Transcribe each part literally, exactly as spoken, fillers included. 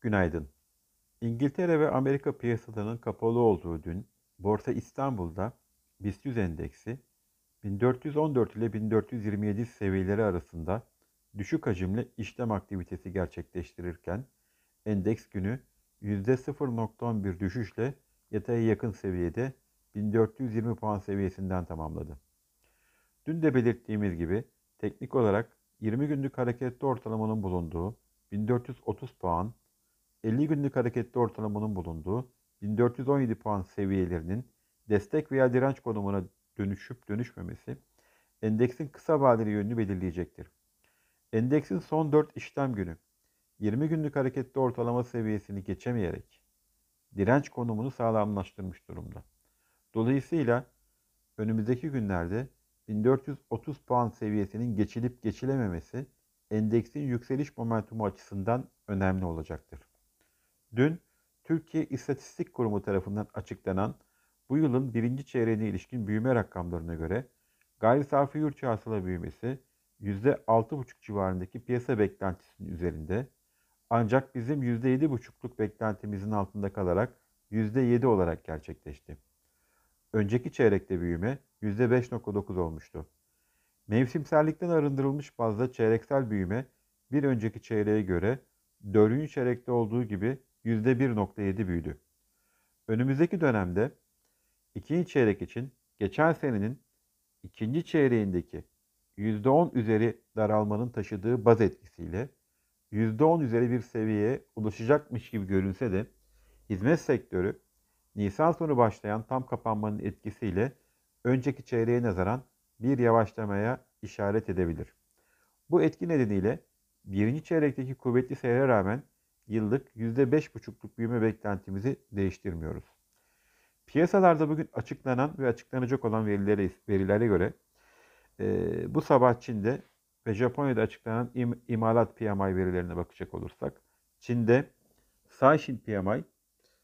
Günaydın. İngiltere ve Amerika piyasalarının kapalı olduğu dün, Borsa İstanbul'da BIST yüz endeksi bin dört yüz on dört ile bin dört yüz yirmi yedi seviyeleri arasında düşük hacimli işlem aktivitesi gerçekleştirirken, endeks günü yüzde sıfır nokta on bir düşüşle yataya yakın seviyede bin dört yüz yirmi puan seviyesinden tamamladı. Dün de belirttiğimiz gibi teknik olarak yirmi günlük hareketli ortalamanın bulunduğu bin dört yüz otuz puan, elli günlük hareketli ortalamanın bulunduğu bin dört yüz on yedi puan seviyelerinin destek veya direnç konumuna dönüşüp dönüşmemesi endeksin kısa vadeli yönünü belirleyecektir. Endeksin son dört işlem günü yirmi günlük hareketli ortalama seviyesini geçemeyerek direnç konumunu sağlamlaştırmış durumda. Dolayısıyla önümüzdeki günlerde bin dört yüz otuz puan seviyesinin geçilip geçilememesi endeksin yükseliş momentumu açısından önemli olacaktır. Dün Türkiye İstatistik Kurumu tarafından açıklanan bu yılın birinci çeyreğine ilişkin büyüme rakamlarına göre gayri safi yurt hasıla büyümesi yüzde altı buçuk civarındaki piyasa beklentisinin üzerinde, ancak bizim yüzde yedi buçukluk beklentimizin altında kalarak yüzde yedi olarak gerçekleşti. Önceki çeyrekte büyüme yüzde beş nokta dokuz olmuştu. Mevsimsellikten arındırılmış bazda çeyreksel büyüme bir önceki çeyreğe göre dördüncü çeyrekte olduğu gibi yüzde bir nokta yedi büyüdü. Önümüzdeki dönemde ikinci çeyrek için geçen senenin ikinci çeyreğindeki yüzde on üzeri daralmanın taşıdığı baz etkisiyle yüzde on üzeri bir seviyeye ulaşacakmış gibi görünse de hizmet sektörü Nisan sonu başlayan tam kapanmanın etkisiyle önceki çeyreğe nazaran bir yavaşlamaya işaret edebilir. Bu etki nedeniyle birinci çeyrekteki kuvvetli seyre rağmen yıllık yüzde beş buçukluk büyüme beklentimizi değiştirmiyoruz. Piyasalarda bugün açıklanan ve açıklanacak olan verilere, verilere göre e, bu sabah Çin'de ve Japonya'da açıklanan im, imalat P M I verilerine bakacak olursak, Çin'de Caixin P M I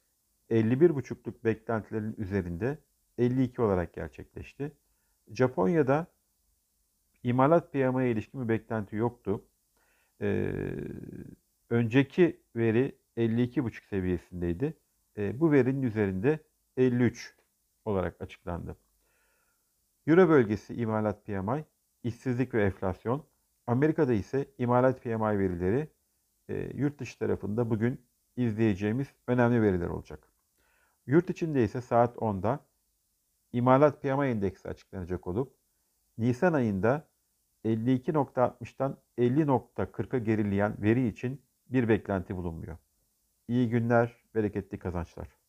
elli bir buçukluk beklentilerin üzerinde elli iki olarak gerçekleşti. Japonya'da imalat P M I'ye ilişkin bir beklenti yoktu. Ee, önceki veri elli iki buçuk seviyesindeydi. Ee, bu verinin üzerinde elli üç olarak açıklandı. Euro bölgesi imalat P M I, işsizlik ve enflasyon. Amerika'da ise imalat P M I verileri e, yurt dışı tarafında bugün izleyeceğimiz önemli veriler olacak. Yurt içinde ise saat onda imalat P M I endeksi açıklanacak olup Nisan ayında elli iki nokta altmıştan elli nokta kırka gerileyen veri için bir beklenti bulunmuyor. İyi günler, bereketli kazançlar.